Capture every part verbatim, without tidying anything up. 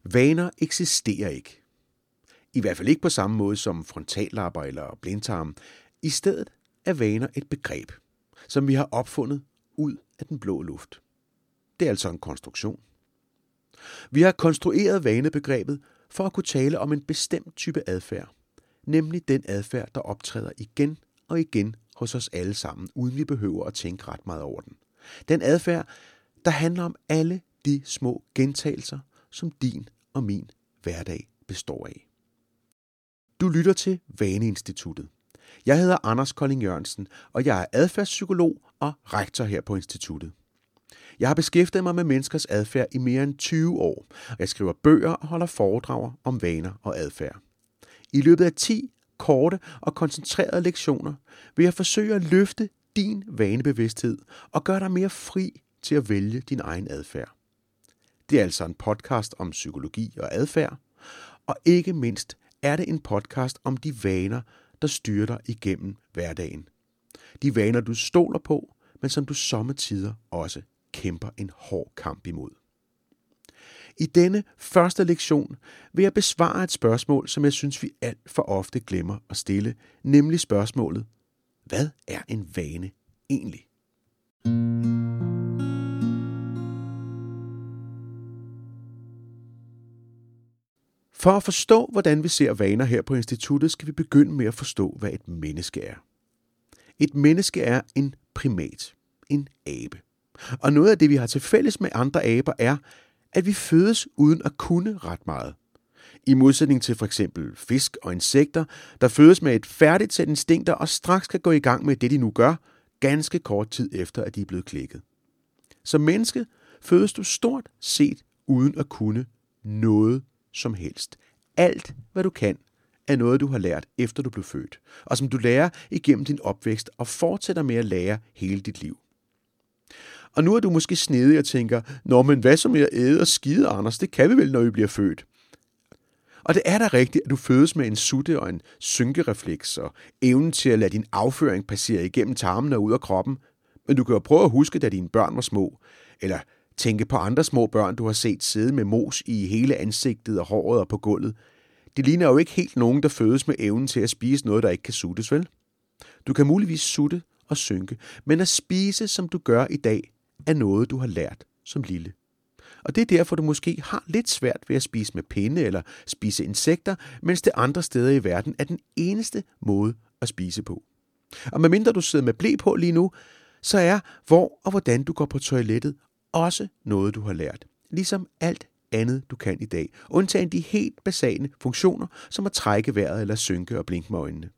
Vaner eksisterer ikke. I hvert fald ikke på samme måde som frontallapper eller blindtarm. I stedet er vaner et begreb, som vi har opfundet ud af den blå luft. Det er altså en konstruktion. Vi har konstrueret vanebegrebet for at kunne tale om en bestemt type adfærd, nemlig den adfærd, der optræder igen og igen hos os alle sammen, uden vi behøver at tænke ret meget over den. Den adfærd, der handler om alle de små gentagelser, som din og min hverdag består af. Du lytter til Vaneinstituttet. Jeg hedder Anders Kolding Jørgensen, og jeg er adfærdspsykolog og rektor her på instituttet. Jeg har beskæftiget mig med menneskers adfærd i mere end tyve år, og jeg skriver bøger og holder foredrag om vaner og adfærd. I løbet af ti korte og koncentrerede lektioner vil jeg forsøge at løfte din vanebevidsthed og gøre dig mere fri til at vælge din egen adfærd. Det er altså en podcast om psykologi og adfærd, og ikke mindst er det en podcast om de vaner, der styrer dig igennem hverdagen. De vaner, du stoler på, men som du sommetider også kæmper en hård kamp imod. I denne første lektion vil jeg besvare et spørgsmål, som jeg synes, vi alt for ofte glemmer at stille, nemlig spørgsmålet: hvad er en vane egentlig? For at forstå, hvordan vi ser vaner her på instituttet, skal vi begynde med at forstå, hvad et menneske er. Et menneske er en primat, en abe. Og noget af det, vi har til fælles med andre aber, er, at vi fødes uden at kunne ret meget. I modsætning til for eksempel fisk og insekter, der fødes med et færdigt sæt instinkter og straks kan gå i gang med det, de nu gør, ganske kort tid efter, at de er blevet klikket. Som menneske fødes du stort set uden at kunne noget som helst. Alt, hvad du kan, er noget, du har lært, efter du blev født, og som du lærer igennem din opvækst og fortsætter med at lære hele dit liv. Og nu er du måske snedig og tænker, nå, men hvad så med at æde og skide, Anders? Det kan vi vel, når vi bliver født. Og det er da rigtigt, at du fødes med en sutte og en synkerefleks og evnen til at lade din afføring passere igennem tarmen og ud af kroppen. Men du kan jo prøve at huske, da dine børn var små, eller tænke på andre små børn, du har set sidde med mos i hele ansigtet og håret og på gulvet. Det ligner jo ikke helt nogen, der fødes med evnen til at spise noget, der ikke kan suttes, vel? Du kan muligvis sutte og synke, men at spise, som du gør i dag, er noget, du har lært som lille. Og det er derfor, du måske har lidt svært ved at spise med pinde eller spise insekter, mens det andre steder i verden er den eneste måde at spise på. Og medmindre du sidder med ble på lige nu, så er hvor og hvordan du går på toilettet også noget, du har lært. Ligesom alt andet, du kan i dag, undtagen de helt basale funktioner, som at trække vejret eller synke og blinke med øjnene.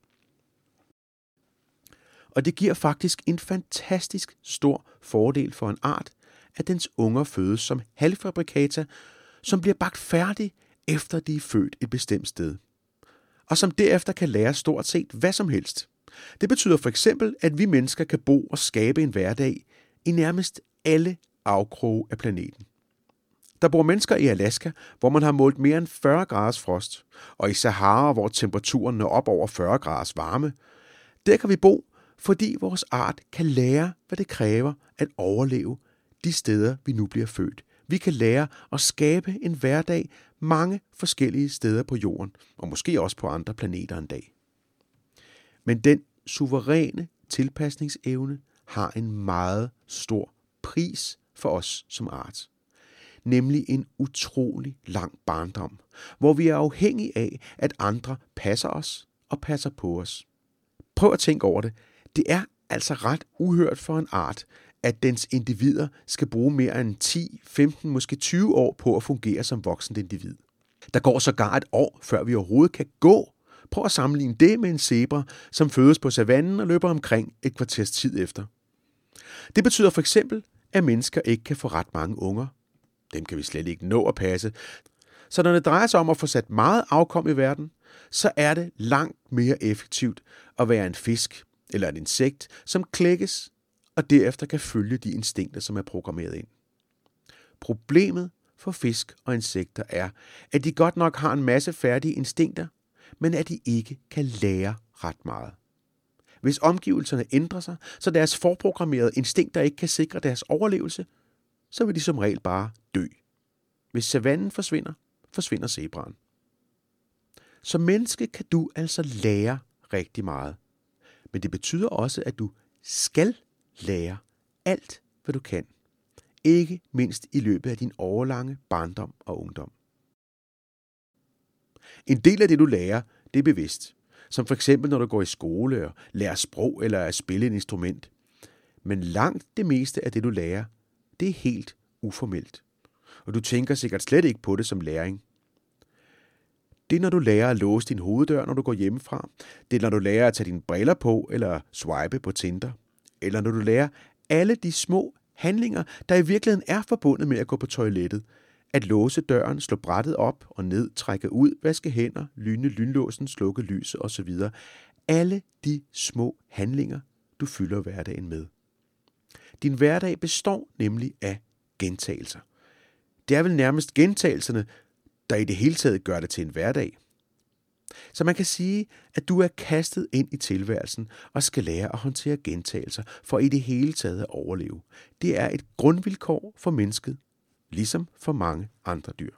Og det giver faktisk en fantastisk stor fordel for en art, at dens unger fødes som halvfabrikata, som bliver bagt færdig, efter de er født et bestemt sted. Og som derefter kan lære stort set hvad som helst. Det betyder for eksempel, at vi mennesker kan bo og skabe en hverdag i nærmest alle afkroge af planeten. Der bor mennesker i Alaska, hvor man har målt mere end fyrre graders frost, og i Sahara, hvor temperaturen når op over fyrre graders varme. Der kan vi bo, fordi vores art kan lære, hvad det kræver at overleve de steder, vi nu bliver født. Vi kan lære at skabe en hverdag mange forskellige steder på jorden, og måske også på andre planeter en dag. Men den suveræne tilpasningsevne har en meget stor pris for os som art. Nemlig en utrolig lang barndom, hvor vi er afhængige af, at andre passer os og passer på os. Prøv at tænke over det. Det er altså ret uhørt for en art, at dens individer skal bruge mere end ti, femten, måske tyve år på at fungere som voksent individ. Der går sågar et år, før vi overhovedet kan gå. Prøv at sammenligne det med en zebra, som fødes på savannen og løber omkring et kvarters tid efter. Det betyder for eksempel, at mennesker ikke kan få ret mange unger. Dem kan vi slet ikke nå at passe. Så når det drejer sig om at få sat meget afkom i verden, så er det langt mere effektivt at være en fisk eller et insekt, som klækkes og derefter kan følge de instinkter, som er programmeret ind. Problemet for fisk og insekter er, at de godt nok har en masse færdige instinkter, men at de ikke kan lære ret meget. Hvis omgivelserne ændrer sig, så deres forprogrammerede instinkter ikke kan sikre deres overlevelse, så vil de som regel bare dø. Hvis savannen forsvinder, forsvinder zebraen. Som menneske kan du altså lære rigtig meget. Men det betyder også, at du skal lære alt, hvad du kan. Ikke mindst i løbet af din årelange barndom og ungdom. En del af det, du lærer, det er bevidst. Som for eksempel, når du går i skole og lærer sprog eller at spille et instrument. Men langt det meste af det, du lærer, det er helt uformelt. Og du tænker sikkert slet ikke på det som læring. Det er, når du lærer at låse din hoveddør, når du går hjemmefra. Det er, når du lærer at tage dine briller på eller swipe på Tinder. Eller når du lærer alle de små handlinger, der i virkeligheden er forbundet med at gå på toilettet. At låse døren, slå brættet op og ned, trække ud, vaske hænder, lyne lynlåsen, slukke lyset osv. Alle de små handlinger, du fylder hverdagen med. Din hverdag består nemlig af gentagelser. Det er vel nærmest gentagelserne, der i det hele taget gør det til en hverdag. Så man kan sige, at du er kastet ind i tilværelsen og skal lære at håndtere gentagelser for i det hele taget at overleve. Det er et grundvilkår for mennesket, ligesom for mange andre dyr.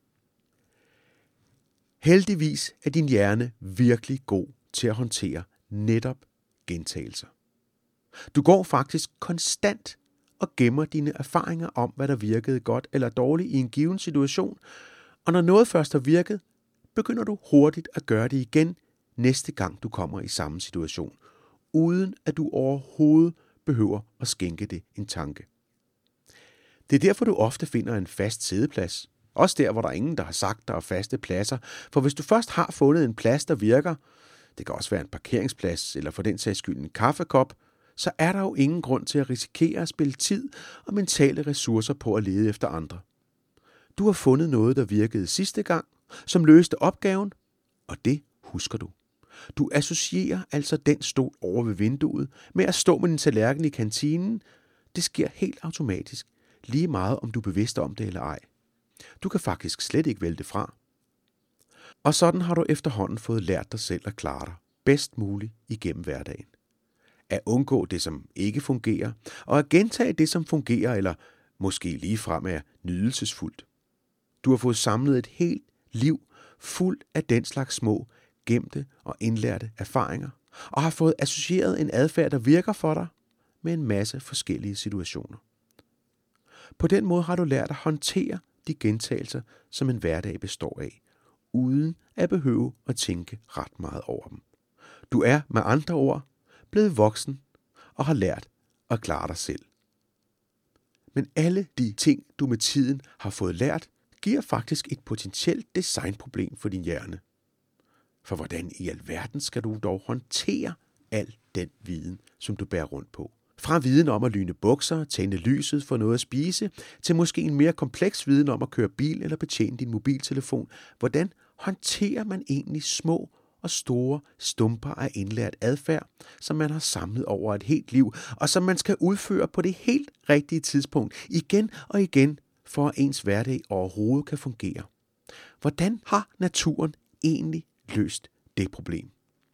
Heldigvis er din hjerne virkelig god til at håndtere netop gentagelser. Du går faktisk konstant og gemmer dine erfaringer om, hvad der virkede godt eller dårligt i en given situation, og når noget først har virket, begynder du hurtigt at gøre det igen næste gang du kommer i samme situation, uden at du overhovedet behøver at skænke det en tanke. Det er derfor, du ofte finder en fast siddeplads. Også der, hvor der er ingen, der har sagt, der er faste pladser. For hvis du først har fundet en plads, der virker, det kan også være en parkeringsplads, eller for den sags skyld en kaffekop, så er der jo ingen grund til at risikere at spille tid og mentale ressourcer på at lede efter andre. Du har fundet noget, der virkede sidste gang, som løste opgaven, og det husker du. Du associerer altså den stol over ved vinduet med at stå med din tallerken i kantinen. Det sker helt automatisk, lige meget om du er bevidst om det eller ej. Du kan faktisk slet ikke vælge det fra. Og sådan har du efterhånden fået lært dig selv at klare dig bedst muligt igennem hverdagen. At undgå det, som ikke fungerer, og at gentage det, som fungerer, eller måske ligefrem er nydelsesfuldt. Du har fået samlet et helt liv fuldt af den slags små, gemte og indlærte erfaringer, og har fået associeret en adfærd, der virker for dig, med en masse forskellige situationer. På den måde har du lært at håndtere de gentagelser, som en hverdag består af, uden at behøve at tænke ret meget over dem. Du er med andre ord blevet voksen og har lært at klare dig selv. Men alle de ting, du med tiden har fået lært, giver faktisk et potentielt designproblem for din hjerne. For hvordan i alverden skal du dog håndtere al den viden, som du bærer rundt på? Fra viden om at lyne bukser, tænde lyset for noget at spise, til måske en mere kompleks viden om at køre bil eller betjene din mobiltelefon. Hvordan håndterer man egentlig små og store stumper af indlært adfærd, som man har samlet over et helt liv, og som man skal udføre på det helt rigtige tidspunkt, igen og igen, for at ens hverdag overhovedet kan fungere? Hvordan har naturen egentlig løst det problem?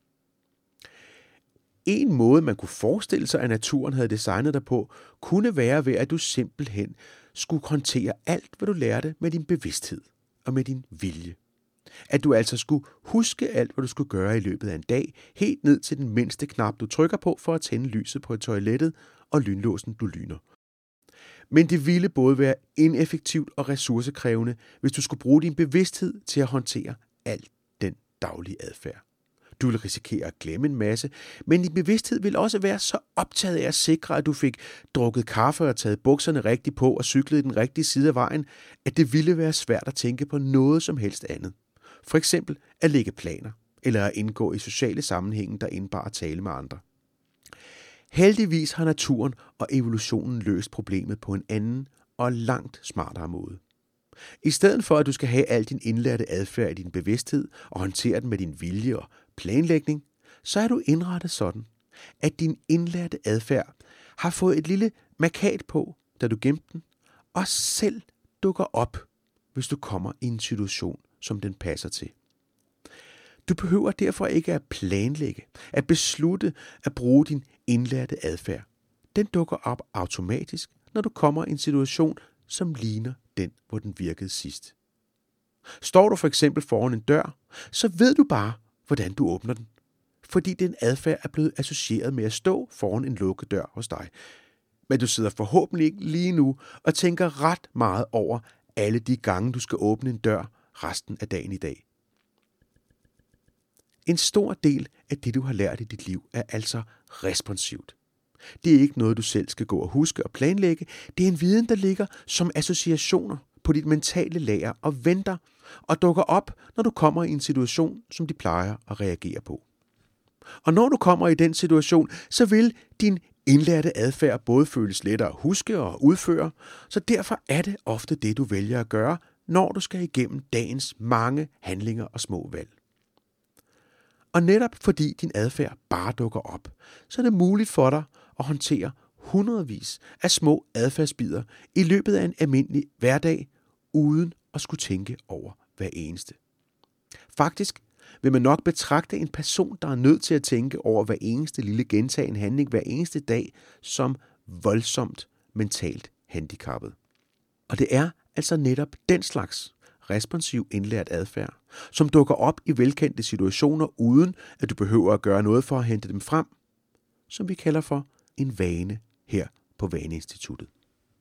En måde, man kunne forestille sig, at naturen havde designet dig på, kunne være ved, at du simpelthen skulle håndtere alt, hvad du lærte med din bevidsthed og med din vilje. At du altså skulle huske alt, hvad du skulle gøre i løbet af en dag, helt ned til den mindste knap, du trykker på for at tænde lyset på toilettet og lynlåsen, du lyner. Men det ville både være ineffektivt og ressourcekrævende, hvis du skulle bruge din bevidsthed til at håndtere al den daglige adfærd. Du ville risikere at glemme en masse, men din bevidsthed ville også være så optaget af at sikre, at du fik drukket kaffe og taget bukserne rigtigt på og cyklet i den rigtige side af vejen, at det ville være svært at tænke på noget som helst andet. For eksempel at lægge planer, eller at indgå i sociale sammenhænge, der indbar at tale med andre. Heldigvis har naturen og evolutionen løst problemet på en anden og langt smartere måde. I stedet for, at du skal have al din indlærte adfærd i din bevidsthed og håndtere den med din vilje og planlægning, så er du indrettet sådan, at din indlærte adfærd har fået et lille markat på, da du gemte den, og selv dukker op, hvis du kommer i en situation, som den passer til. Du behøver derfor ikke at planlægge, at beslutte at bruge din indlærte adfærd. Den dukker op automatisk, når du kommer i en situation, som ligner den, hvor den virkede sidst. Står du for eksempel foran en dør, så ved du bare, hvordan du åbner den. Fordi din adfærd er blevet associeret med at stå foran en lukket dør hos dig. Men du sidder forhåbentlig ikke lige nu og tænker ret meget over alle de gange, du skal åbne en dør resten af dagen i dag. En stor del af det, du har lært i dit liv, er altså responsivt. Det er ikke noget, du selv skal gå og huske og planlægge. Det er en viden, der ligger som associationer på dit mentale lager og venter og dukker op, når du kommer i en situation, som de plejer at reagere på. Og når du kommer i den situation, så vil din indlærte adfærd både føles lettere at huske og udføre, så derfor er det ofte det, du vælger at gøre, når du skal igennem dagens mange handlinger og små valg. Og netop fordi din adfærd bare dukker op, så er det muligt for dig at håndtere hundredvis af små adfærdsbidder i løbet af en almindelig hverdag, uden at skulle tænke over hver eneste. Faktisk vil man nok betragte en person, der er nødt til at tænke over hver eneste lille gentagen handling hver eneste dag, som voldsomt mentalt handicappet. Og det er altså netop den slags responsiv indlært adfærd, som dukker op i velkendte situationer, uden at du behøver at gøre noget for at hente dem frem, som vi kalder for en vane her på Vaneinstituttet.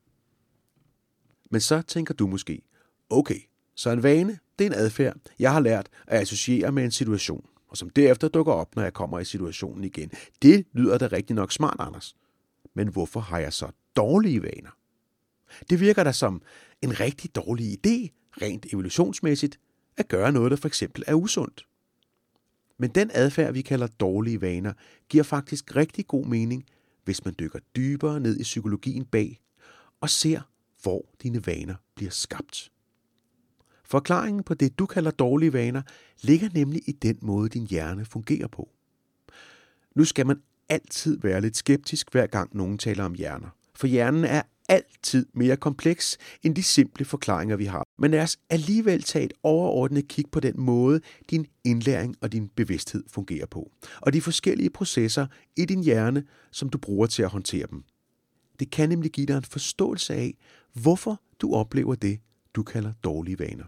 Men så tænker du måske, okay, så en vane, det er en adfærd, jeg har lært at associere med en situation, og som derefter dukker op, når jeg kommer i situationen igen. Det lyder da rigtig nok smart, Anders. Men hvorfor har jeg så dårlige vaner? Det virker da som en rigtig dårlig idé, rent evolutionsmæssigt, at gøre noget, der for eksempel er usundt. Men den adfærd, vi kalder dårlige vaner, giver faktisk rigtig god mening, hvis man dykker dybere ned i psykologien bag og ser, hvor dine vaner bliver skabt. Forklaringen på det, du kalder dårlige vaner, ligger nemlig i den måde, din hjerne fungerer på. Nu skal man altid være lidt skeptisk, hver gang nogen taler om hjerner, for hjernen er altid mere kompleks end de simple forklaringer, vi har. Men lad os alligevel tage et overordnet kig på den måde, din indlæring og din bevidsthed fungerer på, og de forskellige processer i din hjerne, som du bruger til at håndtere dem. Det kan nemlig give dig en forståelse af, hvorfor du oplever det, du kalder dårlige vaner.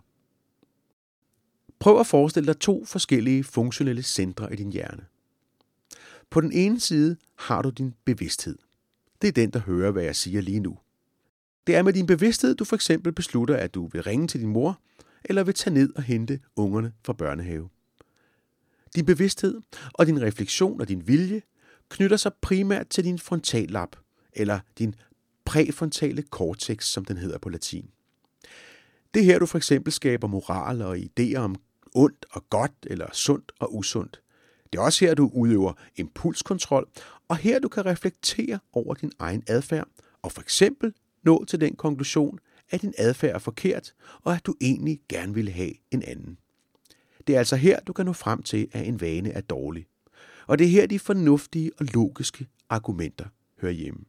Prøv at forestille dig to forskellige funktionelle centre i din hjerne. På den ene side har du din bevidsthed. Det er den, der hører, hvad jeg siger lige nu. Det er med din bevidsthed, du for eksempel beslutter, at du vil ringe til din mor, eller vil tage ned og hente ungerne fra børnehave. Din bevidsthed og din refleksion og din vilje knytter sig primært til din frontallap, eller din præfrontale cortex, som den hedder på latin. Det er her, du for eksempel skaber moral og idéer om ondt og godt, eller sundt og usundt. Det er også her, du udøver impulskontrol, og her du kan reflektere over din egen adfærd, og for eksempel nå til den konklusion, at din adfærd er forkert, og at du egentlig gerne ville have en anden. Det er altså her, du kan nå frem til, at en vane er dårlig. Og det er her, de fornuftige og logiske argumenter hører hjemme.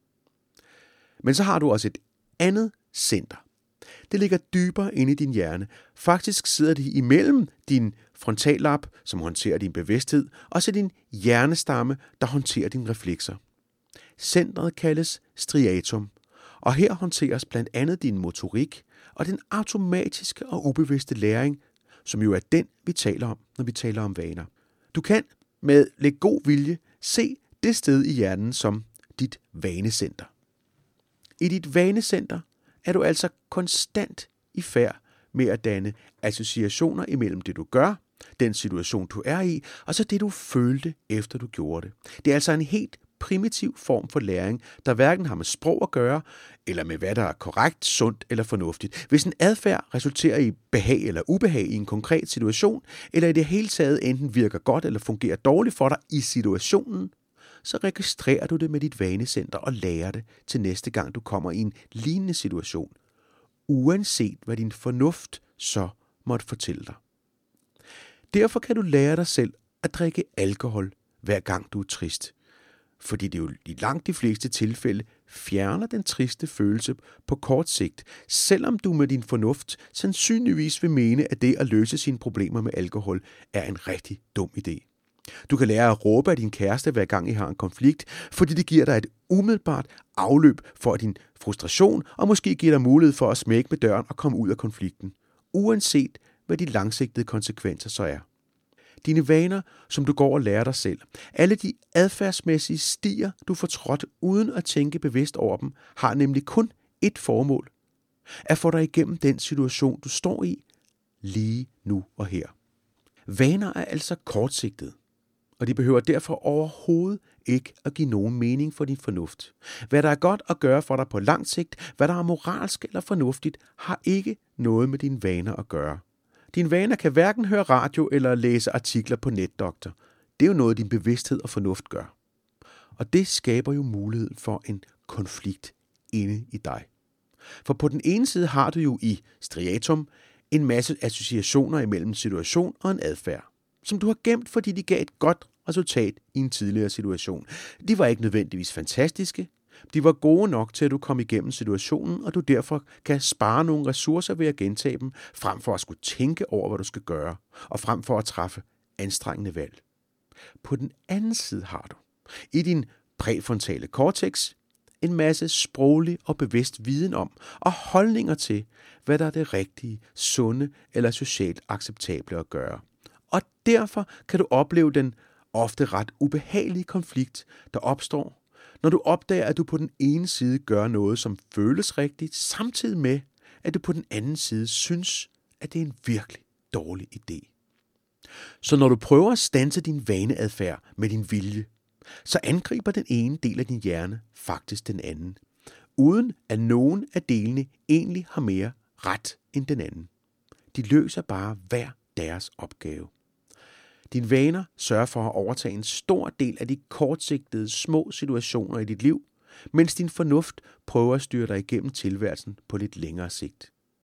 Men så har du også et andet center. Det ligger dybere inde i din hjerne. Faktisk sidder det imellem din frontallap, som håndterer din bevidsthed, og så din hjernestamme, der håndterer dine reflekser. Centret kaldes striatum, og her håndteres blandt andet din motorik og den automatiske og ubevidste læring, som jo er den, vi taler om, når vi taler om vaner. Du kan med lidt god vilje se det sted i hjernen som dit vanecenter. I dit vanecenter er du altså konstant i færd med at danne associationer imellem det, du gør, den situation, du er i, og så det, du følte, efter du gjorde det. Det er altså en helt primitiv form for læring, der hverken har med sprog at gøre, eller med hvad der er korrekt, sundt eller fornuftigt. Hvis en adfærd resulterer i behag eller ubehag i en konkret situation, eller i det hele taget enten virker godt eller fungerer dårligt for dig i situationen, så registrerer du det med dit vanecenter og lærer det til næste gang, du kommer i en lignende situation, uanset hvad din fornuft så måtte fortælle dig. Derfor kan du lære dig selv at drikke alkohol, hver gang du er trist, fordi det jo i langt de fleste tilfælde fjerner den triste følelse på kort sigt, selvom du med din fornuft sandsynligvis vil mene, at det at løse sine problemer med alkohol er en rigtig dum idé. Du kan lære at råbe af din kæreste, hver gang I har en konflikt, fordi det giver dig et umiddelbart afløb for din frustration, og måske giver dig mulighed for at smække med døren og komme ud af konflikten. uanset hvad de langsigtede konsekvenser så er. Dine vaner, som du går og lærer dig selv, alle de adfærdsmæssige stier, du får trådt uden at tænke bevidst over dem, har nemlig kun ét formål: at få dig igennem den situation, du står i lige nu og her. Vaner er altså kortsigtede, og de behøver derfor overhovedet ikke at give nogen mening for din fornuft. Hvad der er godt at gøre for dig på lang sigt, hvad der er moralsk eller fornuftigt, har ikke noget med dine vaner at gøre. Dine vaner kan hverken høre radio eller læse artikler på NetDoktor. Det er jo noget, din bevidsthed og fornuft gør. Og det skaber jo muligheden for en konflikt inde i dig. For på den ene side har du jo i striatum en masse associationer imellem situation og en adfærd, som du har gemt, fordi de gav et godt resultat i en tidligere situation. De var ikke nødvendigvis fantastiske. De var gode nok til, at du kom igennem situationen, og du derfor kan spare nogle ressourcer ved at gentage dem, frem for at skulle tænke over, hvad du skal gøre, og frem for at træffe anstrengende valg. På den anden side har du, i din præfrontale cortex, en masse sproglig og bevidst viden om, og holdninger til, hvad der er det rigtige, sunde eller socialt acceptable at gøre. Og derfor kan du opleve den ofte ret ubehagelige konflikt, der opstår, når du opdager, at du på den ene side gør noget, som føles rigtigt, samtidig med, at du på den anden side synes, at det er en virkelig dårlig idé. Så når du prøver at standse din vaneadfærd med din vilje, så angriber den ene del af din hjerne faktisk den anden, uden at nogen af delene egentlig har mere ret end den anden. De løser bare hver deres opgave. Dine vaner sørger for at overtage en stor del af de kortsigtede små situationer i dit liv, mens din fornuft prøver at styre dig igennem tilværelsen på lidt længere sigt.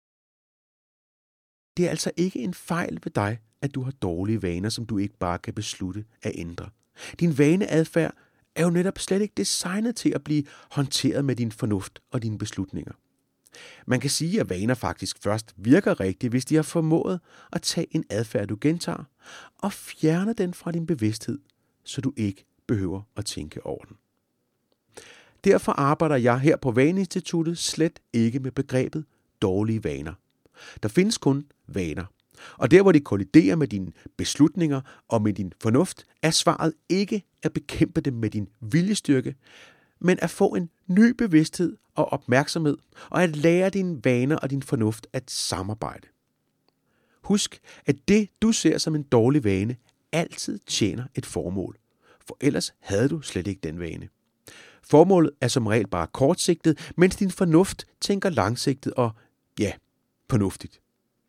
Det er altså ikke en fejl ved dig, at du har dårlige vaner, som du ikke bare kan beslutte at ændre. Din vaneadfærd er jo netop slet ikke designet til at blive håndteret med din fornuft og dine beslutninger. Man kan sige, at vaner faktisk først virker rigtigt, hvis de har formået at tage en adfærd, du gentager, og fjerne den fra din bevidsthed, så du ikke behøver at tænke over den. Derfor arbejder jeg her på Vaneinstituttet slet ikke med begrebet dårlige vaner. Der findes kun vaner. Og der, hvor de kolliderer med dine beslutninger og med din fornuft, er svaret ikke at bekæmpe dem med din viljestyrke, men at få en ny bevidsthed og opmærksomhed, og at lære dine vaner og din fornuft at samarbejde. Husk, at det, du ser som en dårlig vane, altid tjener et formål, for ellers havde du slet ikke den vane. Formålet er som regel bare kortsigtet, mens din fornuft tænker langsigtet og, ja, fornuftigt.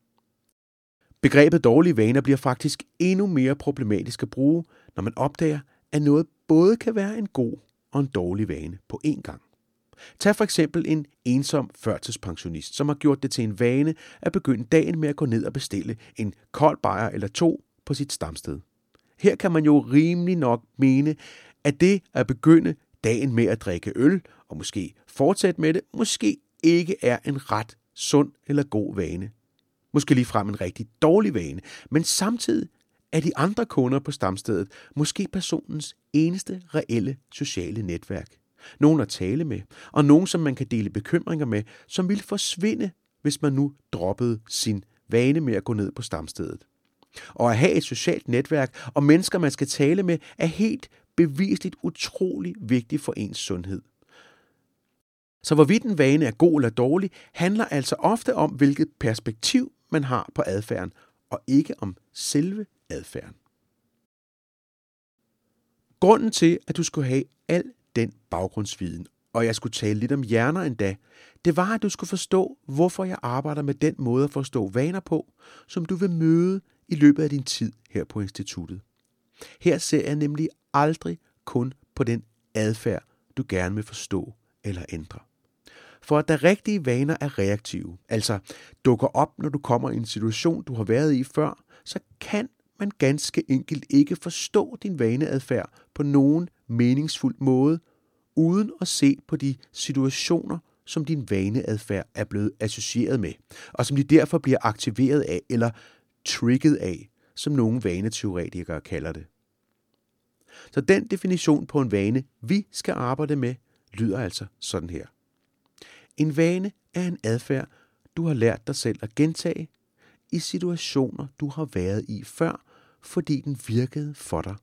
Begrebet dårlige vaner bliver faktisk endnu mere problematisk at bruge, når man opdager, at noget både kan være en god og en dårlig vane på én gang. Tag for eksempel en ensom førtidspensionist, som har gjort det til en vane at begynde dagen med at gå ned og bestille en kold bajer eller to på sit stamsted. Her kan man jo rimelig nok mene, at det at begynde dagen med at drikke øl, og måske fortsætte med det, måske ikke er en ret sund eller god vane. Måske ligefrem en rigtig dårlig vane, men samtidig er de andre kunder på stamstedet måske personens eneste reelle sociale netværk. Nogen at tale med, og nogen, som man kan dele bekymringer med, som ville forsvinde, hvis man nu droppede sin vane med at gå ned på stamstedet. Og at have et socialt netværk og mennesker, man skal tale med, er helt bevisligt utrolig vigtigt for ens sundhed. Så hvorvidt en vane er god eller dårlig, handler altså ofte om, hvilket perspektiv man har på adfærden, og ikke om selve adfærden. Grunden til, at du skulle have al den baggrundsviden, og jeg skulle tale lidt om hjerner endda, det var, at du skulle forstå, hvorfor jeg arbejder med den måde at forstå vaner på, som du vil møde i løbet af din tid her på instituttet. Her ser jeg nemlig aldrig kun på den adfærd, du gerne vil forstå eller ændre. For at der rigtige vaner er reaktive, altså dukker op, når du kommer i en situation, du har været i før, så kan man ganske enkelt ikke forstå din vaneadfærd på nogen meningsfuld måde, uden at se på de situationer, som din vaneadfærd er blevet associeret med, og som de derfor bliver aktiveret af eller trigget af, som nogle vaneteoretikere kalder det. Så den definition på en vane, vi skal arbejde med, lyder altså sådan her. En vane er en adfærd, du har lært dig selv at gentage, i situationer, du har været i før, fordi den virkede for dig.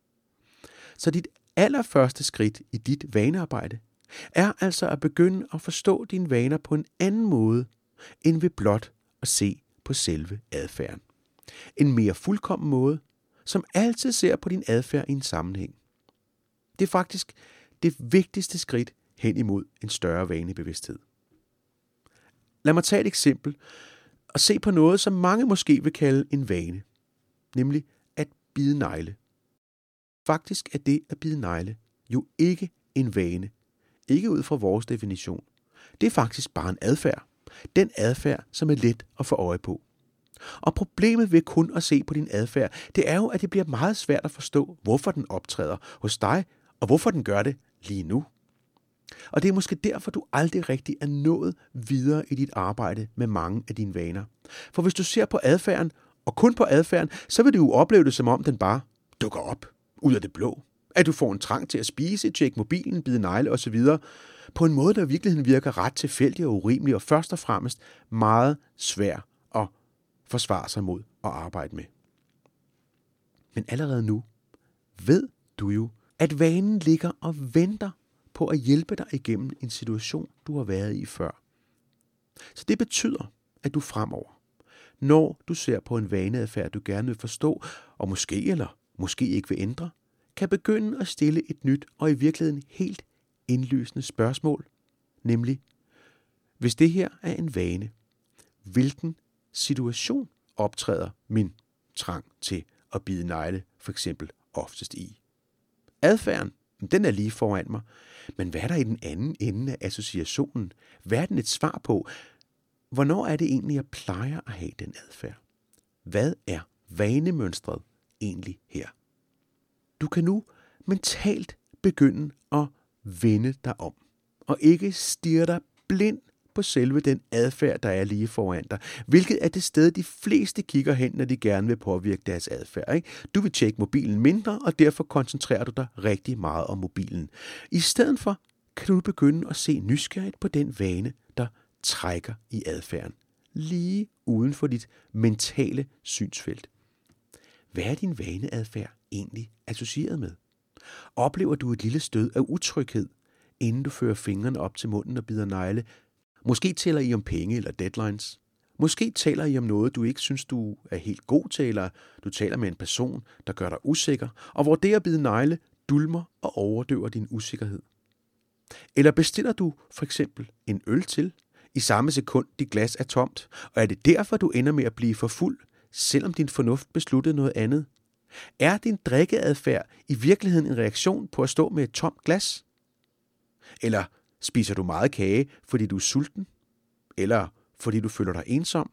Så dit allerførste skridt i dit vanearbejde er altså at begynde at forstå dine vaner på en anden måde, end ved blot at se på selve adfærden. En mere fuldkommen måde, som altid ser på din adfærd i en sammenhæng. Det er faktisk det vigtigste skridt hen imod en større vanebevidsthed. Lad mig tage et eksempel og se på noget, som mange måske vil kalde en vane, nemlig at bide negle. Faktisk er det at bide negle jo ikke en vane, ikke ud fra vores definition. Det er faktisk bare en adfærd. Den adfærd, som er let at få øje på. Og problemet ved kun at se på din adfærd, det er jo, at det bliver meget svært at forstå, hvorfor den optræder hos dig, og hvorfor den gør det lige nu. Og det er måske derfor, du aldrig rigtig er nået videre i dit arbejde med mange af dine vaner. For hvis du ser på adfærden, og kun på adfærden, så vil du jo opleve det, som om den bare dukker op ud af det blå. At du får en trang til at spise, tjekke mobilen, bide negle osv. på en måde, der i virkeligheden virker ret tilfældig og urimelig, og først og fremmest meget svær at forsvare sig mod og arbejde med. Men allerede nu ved du jo, at vanen ligger og venter på at hjælpe dig igennem en situation, du har været i før. Så det betyder, at du fremover, når du ser på en vaneadfærd, du gerne vil forstå, og måske eller måske ikke vil ændre, kan begynde at stille et nyt og i virkeligheden helt indlysende spørgsmål, nemlig, hvis det her er en vane, hvilken situation optræder min trang til at bide negle for eksempel oftest i? Adfærden, den er lige foran mig, men hvad er der i den anden ende af associationen? Hvad er den et svar på? Hvornår er det egentlig, jeg plejer at have den adfærd? Hvad er vanemønstret egentlig her? Du kan nu mentalt begynde at vende dig om, og ikke stirre dig blind på selve den adfærd, der er lige foran dig, hvilket er det sted, de fleste kigger hen, når de gerne vil påvirke deres adfærd. Ikke? Du vil tjekke mobilen mindre, og derfor koncentrerer du dig rigtig meget om mobilen. I stedet for kan du begynde at se nysgerrigt på den vane, der trækker i adfærden, lige uden for dit mentale synsfelt. Hvad er din vaneadfærd egentlig associeret med? Oplever du et lille stød af utryghed, inden du fører fingrene op til munden og bider negle? Måske taler I om penge eller deadlines. Måske taler I om noget, du ikke synes, du er helt god til, eller du taler med en person, der gør dig usikker, og hvor det at bide negle dulmer og overdøver din usikkerhed. Eller bestiller du for eksempel en øl til, i samme sekund dit glas er tomt, og er det derfor, du ender med at blive for fuld, selvom din fornuft besluttede noget andet? Er din drikkeadfærd i virkeligheden en reaktion på at stå med et tomt glas? Eller spiser du meget kage, fordi du er sulten? Eller fordi du føler dig ensom?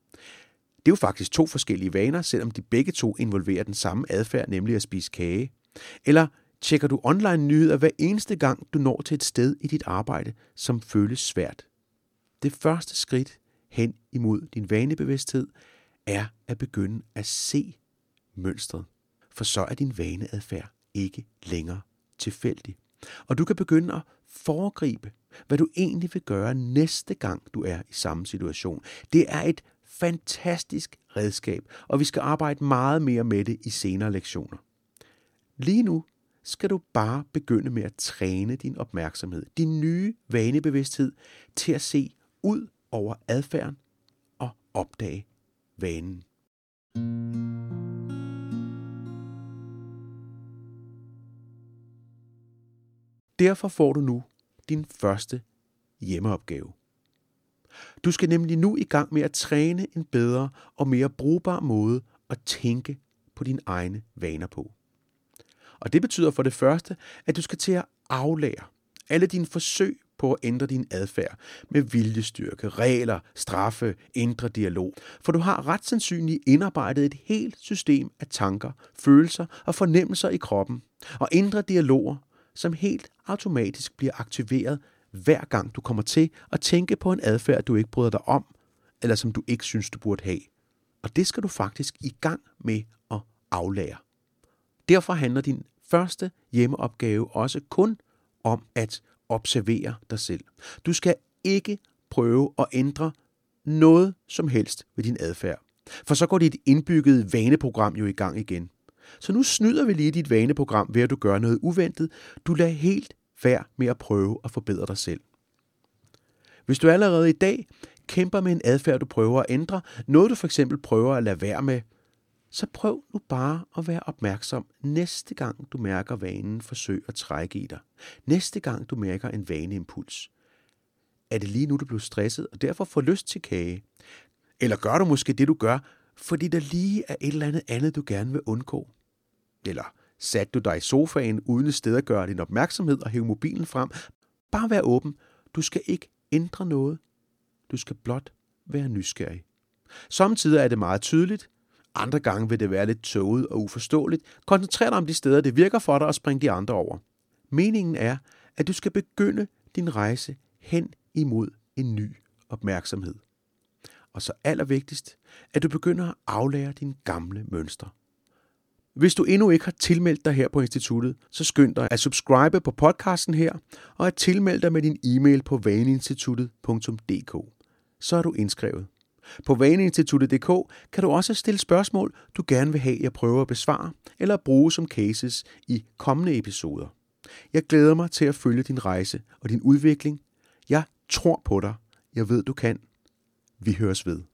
Det er jo faktisk to forskellige vaner, selvom de begge to involverer den samme adfærd, nemlig at spise kage. Eller tjekker du online nyheder hver eneste gang, du når til et sted i dit arbejde, som føles svært? Det første skridt hen imod din vanebevidsthed er at begynde at se mønstret, for så er din vaneadfærd ikke længere tilfældig. Og du kan begynde at foregribe, hvad du egentlig vil gøre næste gang, du er i samme situation. Det er et fantastisk redskab, og vi skal arbejde meget mere med det i senere lektioner. Lige nu skal du bare begynde med at træne din opmærksomhed, din nye vanebevidsthed, til at se ud over adfærden og opdage vanen. Derfor får du nu din første hjemmeopgave. Du skal nemlig nu i gang med at træne en bedre og mere brugbar måde at tænke på dine egne vaner på. Og det betyder for det første, at du skal til at aflære alle dine forsøg på at ændre din adfærd med viljestyrke, regler, straffe, indre dialog. For du har ret sandsynligt indarbejdet et helt system af tanker, følelser og fornemmelser i kroppen, og indre dialoger, som helt automatisk bliver aktiveret, hver gang du kommer til at tænke på en adfærd, du ikke bryder dig om, eller som du ikke synes, du burde have. Og det skal du faktisk i gang med at aflære. Derfor handler din første hjemmeopgave også kun om at observere dig selv. Du skal ikke prøve at ændre noget som helst ved din adfærd. For så går dit indbyggede vaneprogram jo i gang igen. Så nu snyder vi lige dit vaneprogram ved, at du gør noget uventet. Du lader helt være med at prøve at forbedre dig selv. Hvis du allerede i dag kæmper med en adfærd, du prøver at ændre, noget du for eksempel prøver at lade være med, så prøv nu bare at være opmærksom næste gang du mærker vanen forsøge at trække i dig. Næste gang du mærker en vaneimpuls. Er det lige nu, du bliver stresset og derfor får lyst til kage? Eller gør du måske det, du gør, fordi der lige er et eller andet andet, du gerne vil undgå? Eller satte du dig i sofaen uden et sted at gøre din opmærksomhed og hæve mobilen frem? Bare vær åben. Du skal ikke ændre noget. Du skal blot være nysgerrig. Samtidig er det meget tydeligt. Andre gange vil det være lidt tåget og uforståeligt. Koncentrer dig om de steder, det virker for dig, og spring de andre over. Meningen er, at du skal begynde din rejse hen imod en ny opmærksomhed. Og så allervigtigst, at du begynder at aflære dine gamle mønstre. Hvis du endnu ikke har tilmeldt dig her på instituttet, så skynd dig at subscribe på podcasten her, og at tilmelde dig med din e-mail på vaneinstituttet punktum d k. Så er du indskrevet. På vaneinstituttet punktum d k kan du også stille spørgsmål, du gerne vil have, jeg prøver at besvare, eller bruge som cases i kommende episoder. Jeg glæder mig til at følge din rejse og din udvikling. Jeg tror på dig. Jeg ved, du kan. Vi høres ved.